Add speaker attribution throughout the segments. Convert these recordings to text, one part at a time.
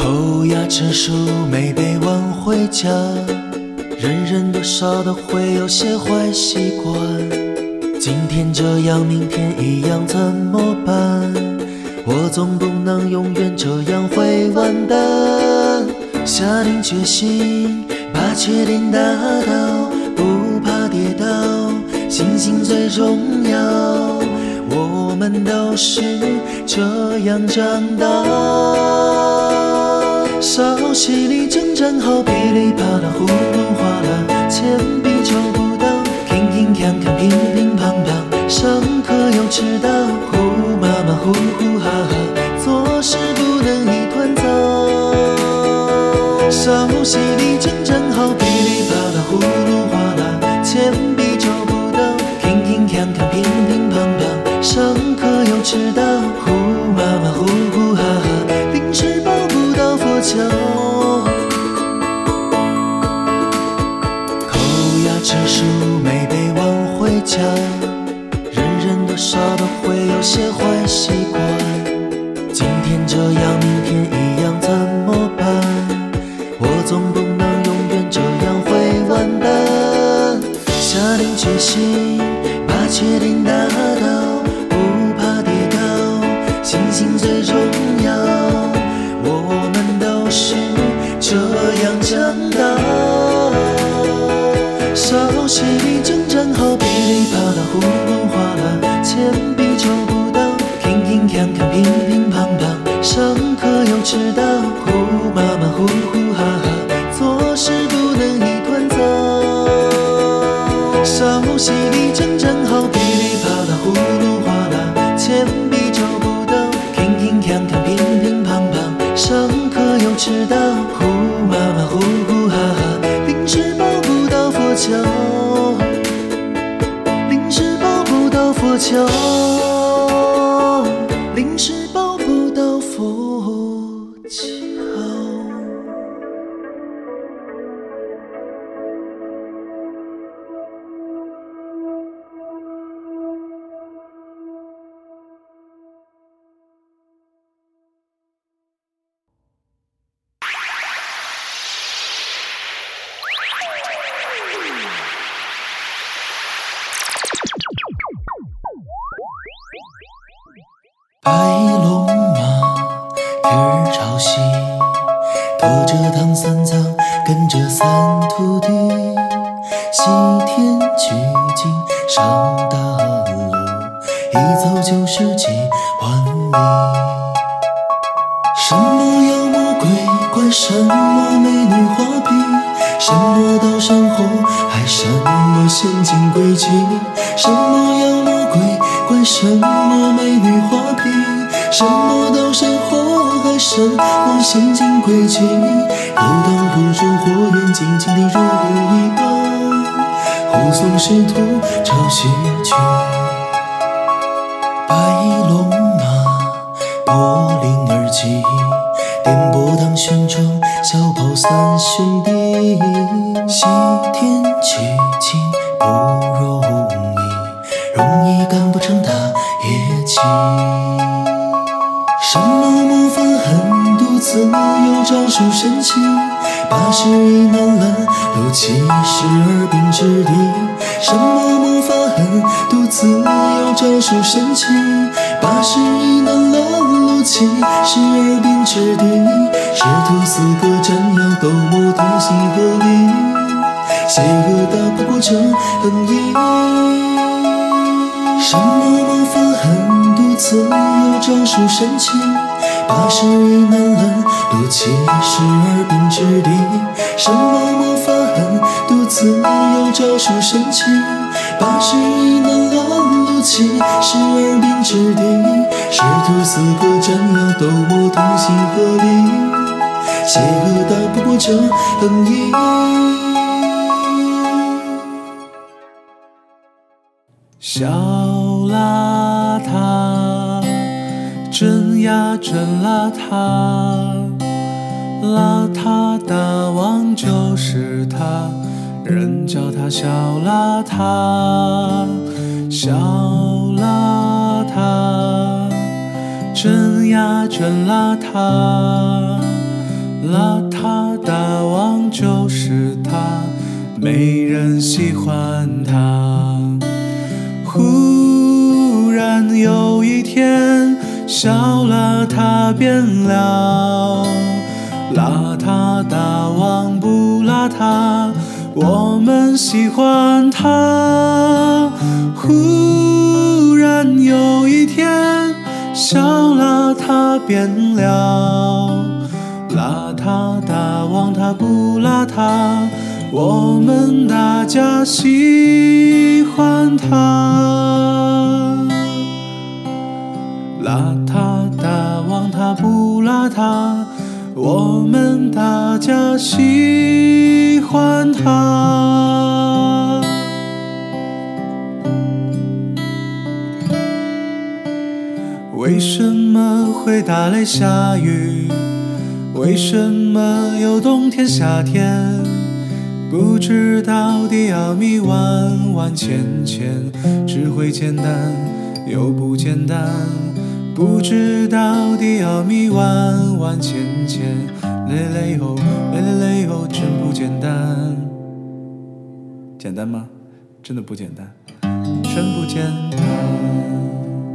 Speaker 1: 抠牙吃书没被挽回家，人人多少都会有些坏习惯。今天这样明天一样怎么办？我总不能永远这样会完蛋。下定决心把缺点打倒，不怕跌倒，信心最重要。我们都是这样长大。稍息里征战好，噼里啪啦呼噜哗啦，铅笔抽不到，乒乒乓乓乒乒乓乓，上课又迟到，呼妈妈呼呼哈哈，做事不能一团糟。稍息里征战好，噼里啪啦呼噜哗啦，铅笔抽不到，乒乒乓乓乒乒乓乓，上课又迟到，呼妈妈呼呼哈哈，临时抱不到佛脚。抠牙吃书没被挽回家，人人多少都会有些坏习惯。今天这样明天一样怎么办？我总不能永远这样会完蛋。下定决心把缺点打倒，不怕跌倒，信心最重要。我们都是这样长大。稍息里征战好，噼里啪啦呼噜哗啦，铅笔抽不到，乒乒乓乓乒乒乓乓，上课又迟到，呼妈妈呼呼哈哈，做事不能一团糟。稍息里征战好，噼里啪啦呼噜哗啦，铅笔抽不到，乒乒乓乓乒乒乓乓，上课又迟到，呼妈妈呼呼哈哈，临时抱不到佛脚，临时抱不到佛脚，临时抱不到佛脚。白龙马，天儿朝西，驮着唐三藏，跟着三徒弟，西天取经上大路，一走就是几万里。什么妖魔鬼怪，什么美女画皮，什么刀山火海，什么陷阱诡计，什么妖魔鬼怪，什么美女画皮，什么刀山火海，什么陷阱诡计，又挡不住火焰静静地如一般，护送师徒朝西去。白龙马，柏林而起，颠簸当旋转，小跑三兄弟，西天取经不容易，容易干不成大业绩。什么魔法狠毒自有招数神奇，八十一难拦路72兵之敌。什么魔法狠毒自有招数神奇，八十一难拦路72兵之敌。师徒四个斩妖斗魔同心合力，邪恶打不过这横意。什么魔法狠毒自有招数神奇，八十一难拦路72兵之敌。什么魔法狠毒自有招数神奇，八十一难拦路72兵之敌。师徒四个斩妖斗魔同心合力，邪恶打不过这横意。
Speaker 2: 小邋遢，真呀真邋遢，邋遢大王就是他，人叫他小邋遢。小邋遢，真呀真邋遢， 邋遢大王就是他，没人喜欢他。忽然有一天，小邋遢变了，邋遢大王不邋遢，我们喜欢他。忽然有一天，小邋遢变了，邋遢大王他不邋遢，我们大家喜欢他。邋遢大王他不邋遢，我们大家喜欢他。为什么会打雷下雨？为什么有冬天夏天？不知道的奥秘万万千千，只会简单又不简单。不知道的奥秘万万千千，累累吼，累累累吼，真不简单。简单吗？真的不简单，真不简单。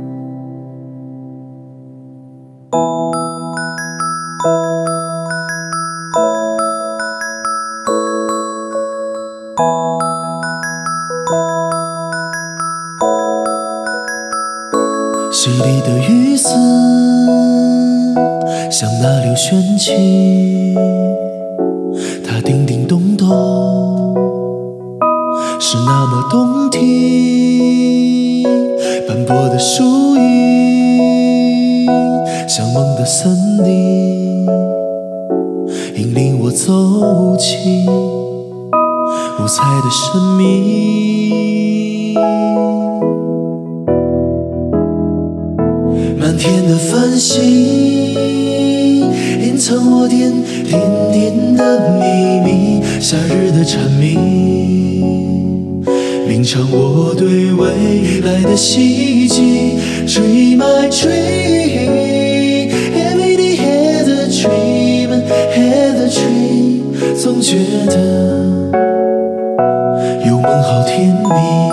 Speaker 1: 淅沥的雨丝像那流旋起，它叮叮咚咚，是那么动听。斑驳的树影像梦的森林，引领我走进五彩的生命。满天的繁星隐藏我点点点的秘密，夏日的蝉鸣吟唱我对未来的希冀。Dream I dream, every day had a dream, had a dream， 总觉得有梦好甜蜜。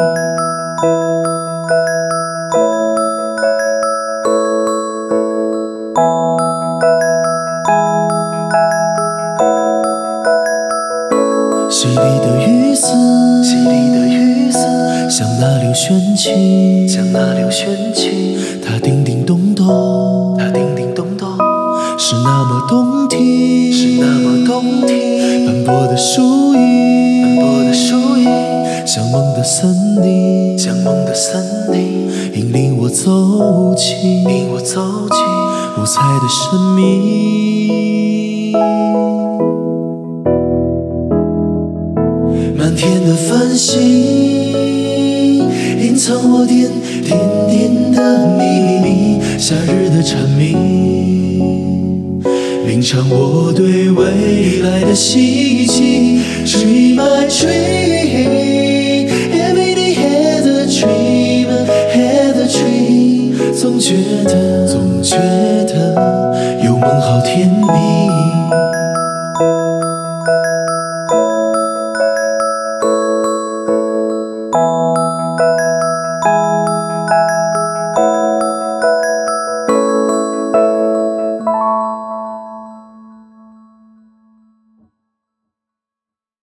Speaker 1: 淅沥的雨丝，淅沥的雨丝，像那流旋起，像那流旋起，它叮叮咚咚，它叮叮咚咚，是那么动听，是那么动听。斑驳的树影，斑驳的树影，像梦的森林，像梦的森林，引领我走进，引我走进五彩的生命。满天的繁星隐藏我点点点的秘密，夏日的蝉鸣吟唱我对未来的希冀。Dream I dream, every day had a dream, had a dream， 总觉得有梦好甜蜜。